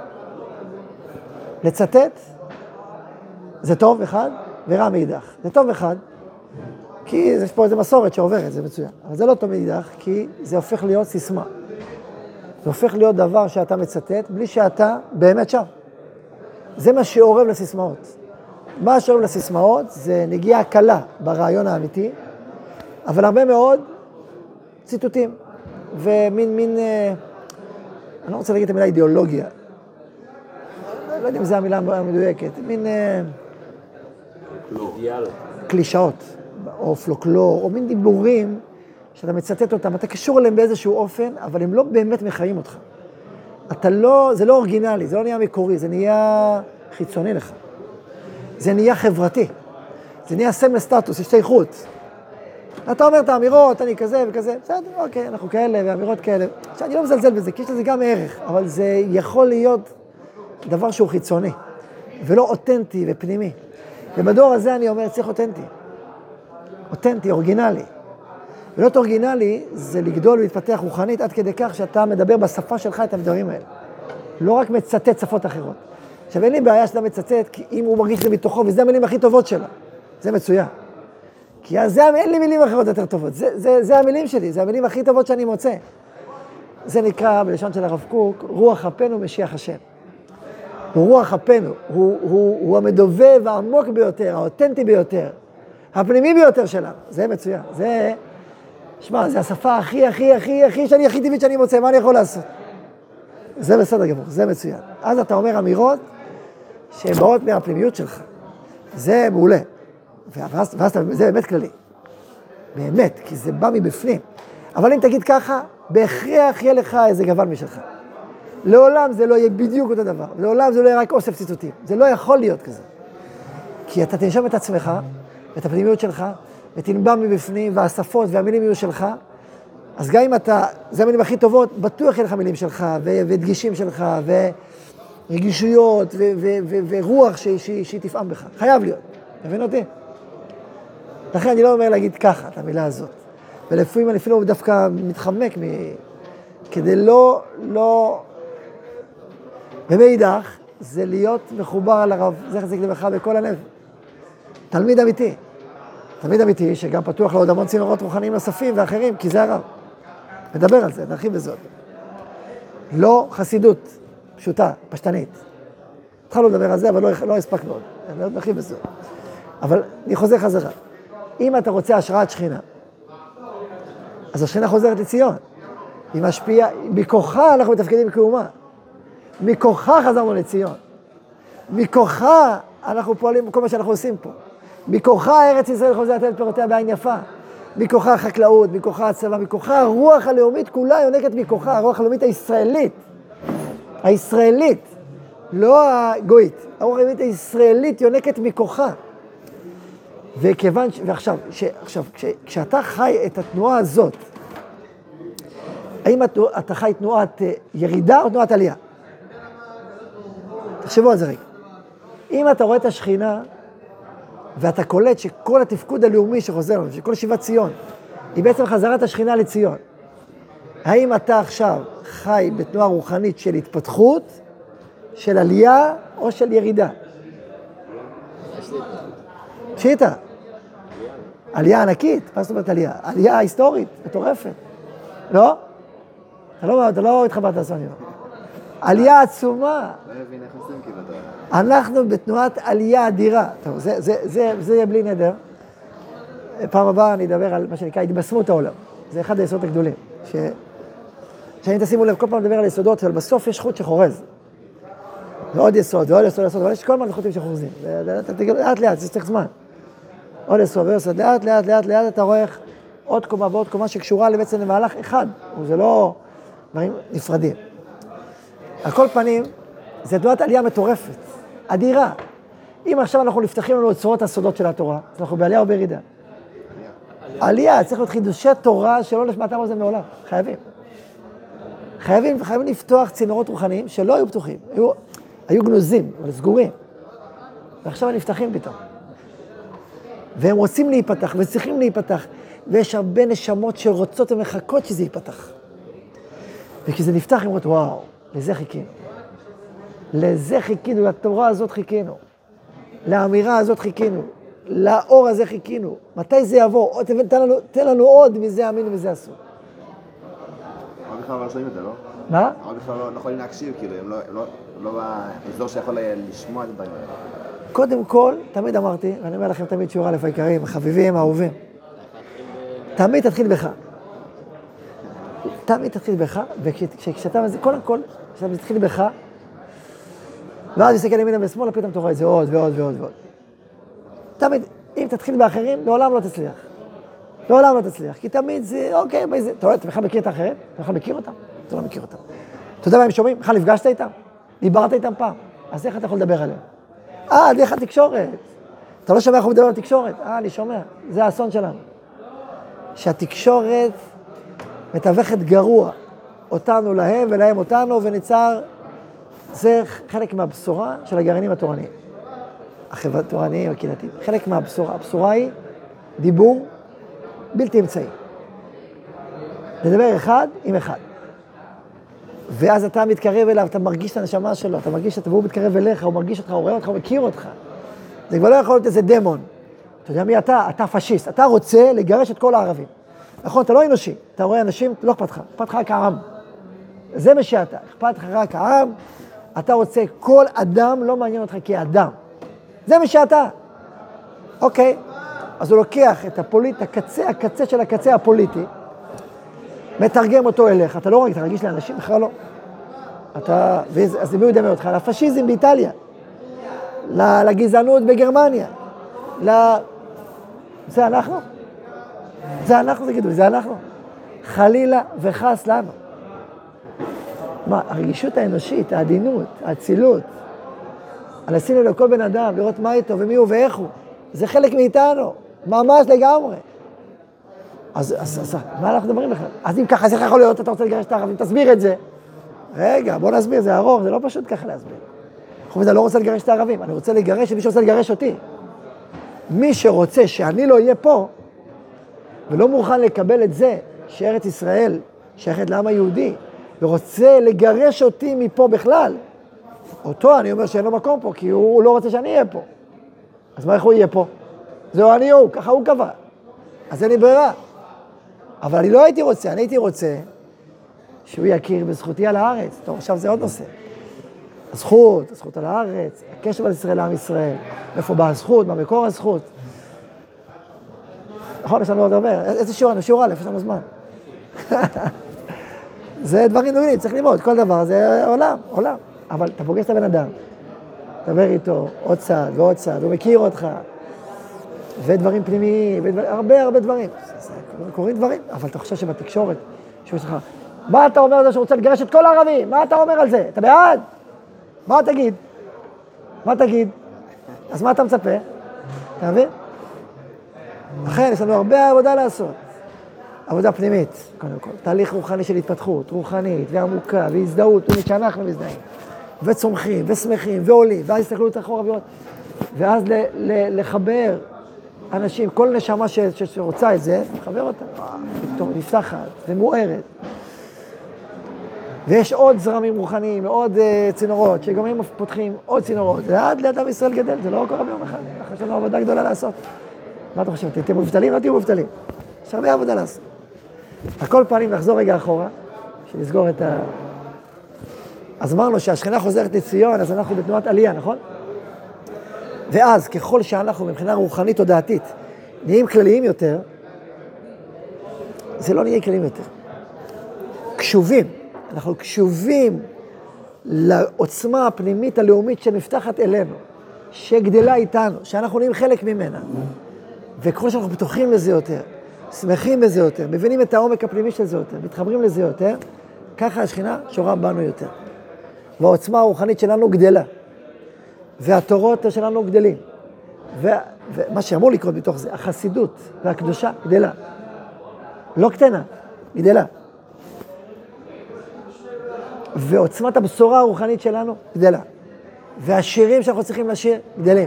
לצטט זה טוב אחד ורע מאידך. זה טוב אחד, כי יש פה איזו מסורת שעוברת, זה מצוין. אבל זה לא טוב מאידך, כי זה הופך להיות סיסמה. זה הופך להיות דבר שאתה מצטט, בלי שאתה באמת שם. זה מה שעורב לסיסמאות. מה שעורב לסיסמאות זה נגיעה קלה ברעיון האמיתי, אבל הרבה מאוד ציטוטים. ומין, מין, אני לא רוצה להגיד את המילה אידיאולוגיה. לא יודע אם זו המילה המדויקת. מין קלישאות, או פלוקלור, או מין דיבורים שאתה מצטט אותם. אתה קשור אליהם באיזשהו אופן, אבל הם לא באמת מחיים אותך. אתה לא, זה לא אורגינלי, זה לא נהיה מקורי, זה נהיה חיצוני לך. זה נהיה חברתי. זה נהיה סמל סטטוס, השתייכות. אתה אומר את האמירות, אני כזה וכזה, בסדר, אוקיי, אנחנו כאלה ואמירות כאלה. עכשיו, אני לא מזלזל בזה, כי יש לזה גם ערך, אבל זה יכול להיות דבר שהוא חיצוני, ולא אותנטי ופנימי. ובדור הזה אני אומר, צריך אותנטי. אותנטי, אורגינלי. ולא אורגינלי זה לגדול ולהתפתח רוחנית עד כדי כך שאתה מדבר בשפה שלך את הדברים האלה. לא רק מצטט שפות אחרות. עכשיו, אין לי בעיה שאתה מצטט, כי אם הוא מרגיש זה מתוכו, וזה המילים הכי טובות שלה. זה מצוין. כי אז זה, אין לי מילים אחרות יותר טובות. זה, זה, זה המילים שלי, זה המילים הכי טובות שאני מוצא. זה נקרא, בלשון של הרב קוק, רוח אפנו משיח השם. הוא רוח אפנו, הוא, הוא, הוא המדובב העמוק ביותר, האותנטי ביותר, הפנימי ביותר שלנו. זה מצוין. זה, שמע, זה השפה הכי, הכי, הכי, הכי, שאני הכי טבעית שאני מוצא, מה אני יכול לעשות? זה בסדר גמור, זה מצוין. אז אתה אומר אמירות שהן באות מהפנימיות שלך. זה מעולה. ואז, ואז זה באמת כללי. באמת, כי זה בא מבפנים. אבל אם תגיד ככה, בהכרח יהיה לך איזה גוון משלך. לעולם זה לא יהיה בדיוק אותו דבר. לעולם זה לא יהיה רק אוסף ציטוטים. זה לא יכול להיות כזה. כי אתה תנשום את עצמך, את הפנימיות שלך, ותנבע מבפנים, והשפות והמילים יהיו שלך, אז גם אם אתה, זה המילים הכי טובות, בטוח יהיה לך מילים שלך, ודגישים שלך, ורגישויות, ורוח שהיא תפעם בך. חייב להיות. מבין אותי? לכן אני לא אומר להגיד ככה, את המילה הזאת. ולפעמים אני אפילו דווקא מתחמק מ... כדי לא, לא... ומאידך, זה להיות מחובר על הרב, זכר צדיק לברכה בכל הלב. תלמיד אמיתי. תלמיד אמיתי שגם פתוח לעוד המון צינורות רוחניים נוספים ואחרים, כי זה הרב. מדבר על זה, נרחיב בזאת. לא חסידות פשוטה, פשטנית. התחלנו לדבר על זה, אבל לא, לא הספקנו עוד. נרחיב בזאת. אבל אני חוזר חזרה. אם אתה רוצה השראת שכינה, אז השכינה חוזרת לציון. היא משפיעה, מכוחה אנחנו מתפקדים כאומה. מכוחה חזרנו לציון. מכוחה אנחנו פועלים כל מה שאנחנו עושים פה. מכוחה ארץ ישראל חוזרת את פירותיה בעין יפה. מכוחה החקלאות, מכוחה הצבא, מכוחה הרוח הלאומית כולה יונקת מכוחה, הרוח הלאומית הישראלית. הישראלית, לא הגוית. הרוח הלאומית הישראלית יונקת מכוחה. וכיוון, ועכשיו, ש, עכשיו, כש, כשאתה חי את התנועה הזאת, האם אתה, אתה חי תנועת ירידה או תנועת עלייה? תחשבו על זה רגע. אם אתה רואה את השכינה, ואתה קולט שכל התפקוד הלאומי שחוזר לנו, שכל שיבת ציון, היא בעצם חזרת השכינה לציון. האם אתה עכשיו חי בתנועה רוחנית של התפתחות, של עלייה או של ירידה? שיטה. עלייה ענקית, מה זאת אומרת עלייה? עלייה היסטורית, מטורפת. לא? אתה לא, אתה לא התחברת לסוני. עלייה עצומה. לא מבין איך עושים כאילו אתה... אנחנו בתנועת עלייה אדירה. טוב, זה, זה, זה, זה יהיה בלי נדר. פעם הבאה אני אדבר על מה שנקרא התבשמות העולם. זה אחד היסודות הגדולים. ש... שאני תשימו לב, כל פעם מדבר על יסודות, אבל בסוף יש חוט שחורז. ועוד יסוד, ועוד יסוד, יסוד, אבל יש כל הזמן חוטים שחורזים. לאט לאט, זה צריך זמן. עוד יסוד, ועוד יסוד, לאט לאט לאט לאט אתה רואה עוד קומה ועוד קומה שקשורה בעצם למהלך אחד. זה לא דברים נפרדים. על כל פנים, זה תנועת עלייה מטורפת, אדירה. אם עכשיו אנחנו נפתחים לנו את צורות הסודות של התורה, אז אנחנו בעלייה או בירידה. עלייה, צריך להיות חידושי תורה שלא נשמעתם על זה מעולם. חייבים. חייבים, חייבים לפתוח צינורות רוחניים שלא היו פתוחים. היו, היו גנוזים, אבל סגורים. ועכשיו הם נפתחים פתאום. והם רוצים להיפתח, וצריכים להיפתח. ויש הרבה נשמות שרוצות ומחכות שזה ייפתח. וכשזה נפתח, הם אומרות, וואו, לזה חיכינו. לזה חיכינו, לתורה הזאת חיכינו. לאמירה הזאת חיכינו. לאור הזה חיכינו. מתי זה יבוא? תן, תן, לנו, תן לנו עוד מזה אמין ומזה אסור. אבל בכלל לא שומעים את זה, לא? מה? אבל בכלל לא יכולים להקשיב, כאילו, הם לא, הם לא, הם לא באזור שיכול לשמוע את הדברים. קודם כל, תמיד אמרתי, ואני אומר לכם תמיד שיעור א' העיקריים, החביבים, האהובים. תמיד תתחיל בך. תמיד תתחיל בך, וכשאתה, קודם כל, כשאתה תתחיל בך, ואז תסתכל ימינה ושמאלה, פתאום אתה רואה את זה עוד ועוד ועוד ועוד. תמיד, אם תתחיל באחרים, לעולם לא תצליח. לעולם לא תצליח, כי תמיד זה, אוקיי, באיזה... אתה רואה, אתה בכלל מכיר את האחרים? אתה בכלל מכיר אותם? אתה לא מכיר אותם. אתה יודע מה הם שומעים? בכלל נפגשת איתם? דיברת איתם פעם? אז איך אתה יכול לדבר עליהם? אה, דרך התקשורת. אתה לא שומע איך הוא מדבר על תקשורת? אה, אני שומע. זה האסון שלנו. שהתקשורת מתווכת גרוע. אותנו להם ולהם אותנו, וניצר... זה חלק מהבשורה של הגרעינים התורניים. החברה התורניים, הקהילתיים. חלק מהבשורה. הבשורה היא דיבור בלתי אמצעי. לדבר אחד עם אחד. ואז אתה מתקרב אליו, אתה מרגיש את הנשמה שלו, אתה מרגיש שאתה והוא מתקרב אליך, הוא מרגיש אותך, הוא רואה אותך, הוא מכיר אותך. זה כבר לא יכול להיות איזה דמון. אתה יודע מי אתה? אתה פשיסט. אתה רוצה לגרש את כל הערבים. נכון, אתה לא אנושי. אתה רואה אנשים, לא אכפת לך. אכפת לך רק העם. זה מה שאתה. אכפת לך רק העם. אתה רוצה כל אדם, לא מעניין אותך כאדם. זה מה שאתה. אוקיי. אז הוא לוקח את הפוליט, הקצה, הקצה של הקצה הפוליטי, מתרגם אותו אליך. אתה לא רק, אתה רגיש לאנשים, בכלל לא. אתה, אז מי הוא ידמה אותך? לפשיזם באיטליה, לגזענות בגרמניה, ל... זה אנחנו? זה אנחנו, זה גידול, זה אנחנו. חלילה וחס לנו. מה, הרגישות האנושית, העדינות, האצילות, לשים לכל בן אדם, לראות מה איתו ומי הוא ואיך הוא, זה חלק מאיתנו, ממש לגמרי. אז, אז, אז, מה אנחנו מדברים בכלל? אז אם ככה, אז איך יכול להיות, אתה רוצה לגרש את הערבים, תסביר את זה. רגע, בוא נסביר, זה ארוך, זה לא פשוט ככה להסביר. חוץ מזה, לא רוצה לגרש את הערבים, אני רוצה לגרש את מי שרוצה לגרש אותי. מי שרוצה שאני לא אהיה פה, ולא מוכן לקבל את זה, שארץ ישראל שייכת לעם היהודי, ורוצה לגרש אותי מפה בכלל, אותו אני אומר שאין לו מקום פה, כי הוא, הוא לא רוצה שאני אהיה פה. אז מה, איך הוא יהיה פה? זהו אני הוא, ככה הוא קבע. אז אין לי ברירה. אבל אני לא הייתי רוצה, אני הייתי רוצה שהוא יכיר בזכותי על הארץ. טוב, עכשיו זה עוד נושא. הזכות, הזכות על הארץ, הקשר בין ישראל לעם ישראל, איפה באה הזכות, מה מקור הזכות. נכון, יש לנו עוד הרבה. איזה שיעור? שיעור א', יש לנו זמן. זה דברים נורים, צריך ללמוד, כל דבר, זה עולם, עולם. אבל אתה פוגש את הבן אדם, תדבר איתו עוד צעד ועוד צעד, הוא מכיר אותך, ודברים פנימיים, ודבר, הרבה הרבה דברים. קוראים דברים, אבל אתה חושב שבתקשורת, שיש לך, מה אתה אומר על זה שרוצה לגרש את כל הערבים? מה אתה אומר על זה? אתה בעד? מה תגיד? מה תגיד? אז מה אתה מצפה? אתה מבין? לכן, יש לנו הרבה עבודה לעשות. עבודה פנימית, קודם כל. תהליך רוחני של התפתחות, רוחנית ועמוקה, והזדהות, שאנחנו מזדהים. וצומחים, ושמחים, ועולים, ואז הסתכלות אחורה ועוד. ואז ל- ל- לחבר אנשים, כל נשמה ש- ש- שרוצה את זה, לחבר אותה. פתאום נפתחת ומוארת. ויש עוד זרמים רוחניים, עוד uh, צינורות, שגם הם פותחים עוד צינורות. לאט לאט עם ישראל גדל, זה לא קורה ביום אחד. יש לנו עבודה גדולה לעשות. מה אתה חושב? תהיו מובטלים? לא תהיו מובטלים. יש הרבה עבודה לעשות. הכל פעמים נחזור רגע אחורה, שנסגור את ה... אז אמרנו שהשכינה חוזרת לציון, אז אנחנו בתנועת עלייה, נכון? ואז ככל שאנחנו מבחינה רוחנית תודעתית נהיים כלליים יותר, זה לא נהיה כלליים יותר. קשובים, אנחנו קשובים לעוצמה הפנימית הלאומית שנפתחת אלינו, שגדלה איתנו, שאנחנו נהיים חלק ממנה. וככל שאנחנו פתוחים לזה יותר, שמחים בזה יותר, מבינים את העומק הפנימי של זה יותר, מתחברים לזה יותר, ככה השכינה שורה בנו יותר. והעוצמה הרוחנית שלנו גדלה, והתורות שלנו גדלים. ו- ומה שאמור לקרות בתוך זה, החסידות והקדושה גדלה. לא קטנה, גדלה. ועוצמת הבשורה הרוחנית שלנו גדלה. והשירים שאנחנו צריכים לשיר גדלים.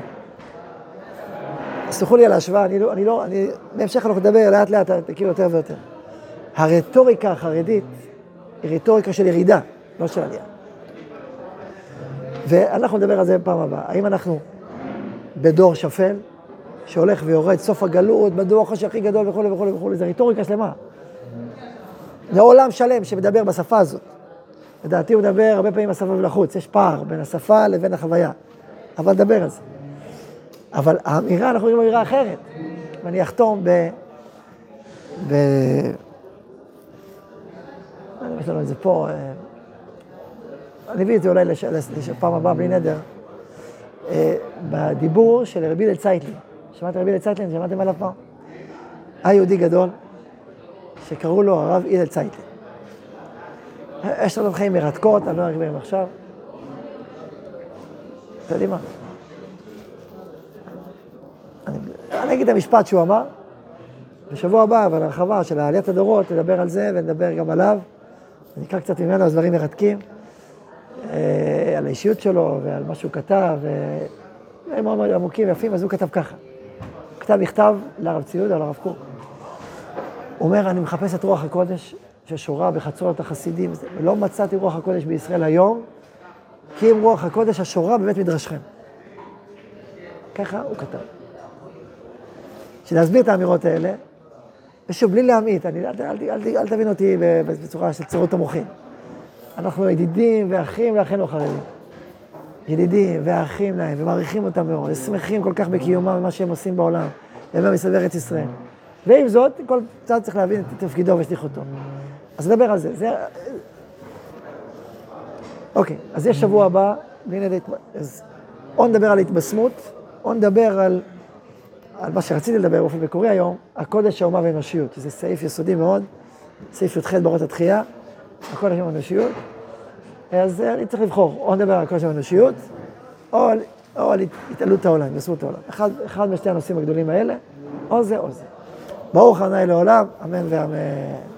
סלחו לי על ההשוואה, אני לא, אני לא, אני, בהמשך אנחנו נדבר לאט לאט, תכיר יותר ויותר. הרטוריקה החרדית היא רטוריקה של ירידה, לא של עלייה. ואנחנו נדבר על זה בפעם הבאה. האם אנחנו בדור שפל, שהולך ויורד סוף הגלות, בדור החושך הכי גדול וכו' וכו' וכו', זה רטוריקה שלמה. זה עולם שלם שמדבר בשפה הזאת. לדעתי הוא מדבר הרבה פעמים בשפה ולחוץ, יש פער בין השפה לבין החוויה. אבל נדבר על זה. אבל האמירה, אנחנו רואים אמירה אחרת. ואני אחתום ב... ב... יש לנו את זה פה. אני אביא את זה אולי לפעם הבאה בלי נדר. בדיבור של רבי הלל צייטלין. שמעתם רבי הלל צייטלין? שמעתם עליו פעם? היה יהודי גדול שקראו לו הרב הלל צייטלין. יש לנו חיים מרתקות, אני לא אראה בהם עכשיו. אתה יודעים מה? אני, אני אגיד את המשפט שהוא אמר, בשבוע הבא, אבל הרחבה של העליית הדורות, נדבר על זה ונדבר גם עליו. אני אקרא קצת ממנו, אז דברים מרתקים, אה, על האישיות שלו ועל מה שהוא כתב, דברים מאוד מאוד עמוקים ויפים, אז הוא כתב ככה. הוא כתב מכתב לרב ציודה, לרב קוק. הוא אומר, אני מחפש את רוח הקודש ששורה בחצרות החסידים, ולא מצאתי רוח הקודש בישראל היום, כי אם רוח הקודש השורה בבית מדרשכם. ככה הוא כתב. שנסביר את האמירות האלה, ושוב, בלי להמעיט, אני, אל, אל, אל, אל, אל תבין אותי בצורה של צורות המוחין. אנחנו ידידים ואחים לאחינו החרדים. ידידים ואחים להם, ומעריכים אותם מאוד, ושמחים כל כך בקיומם ומה שהם עושים בעולם, ומה מסביב ארץ ישראל. ועם זאת, כל צד צריך להבין את תפקידו ושליחותו. אז נדבר על זה. זה... אוקיי, אז יש שבוע הבא, אז או נדבר על התבשמות, או נדבר על, על מה שרציתי לדבר באופן מקורי היום, הקודש, האומה והאנושיות, שזה סעיף יסודי מאוד, סעיף י"ח באורות התחייה, הקודש והאנושיות. אז אני צריך לבחור, או נדבר על הקודש והאנושיות, או על, או על התעלות העולם, התבשמות העולם. אחד, אחד משתי הנושאים הגדולים האלה, או זה או זה. ברוך ה' לעולם, אמן ואמן.